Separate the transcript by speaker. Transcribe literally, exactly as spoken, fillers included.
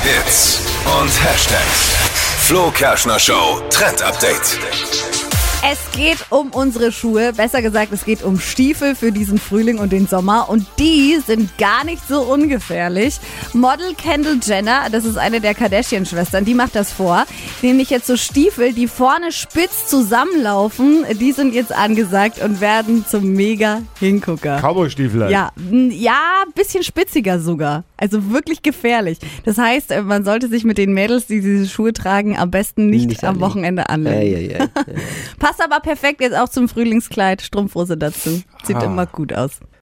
Speaker 1: Hits und Hashtags. Flo Kerschner Show Trend Update.
Speaker 2: Es geht um unsere Schuhe, besser gesagt, es geht um Stiefel für diesen Frühling und den Sommer und die sind gar nicht so ungefährlich. Model Kendall Jenner, das ist eine der Kardashian-Schwestern, die macht das vor. Nämlich jetzt so Stiefel, die vorne spitz zusammenlaufen, die sind jetzt angesagt und werden zum Mega-Hingucker.
Speaker 3: Cowboy-Stiefel halt.
Speaker 2: Ja, n- ja, bisschen spitziger sogar. Also wirklich gefährlich. Das heißt, man sollte sich mit den Mädels, die diese Schuhe tragen, am besten nicht,
Speaker 4: Nicht
Speaker 2: am
Speaker 4: anlegen.
Speaker 2: Wochenende anlegen.
Speaker 4: Ja, ja, ja.
Speaker 2: Passt aber perfekt jetzt auch zum Frühlingskleid. Strumpfhose dazu. Sieht
Speaker 3: Ah.
Speaker 2: immer gut aus.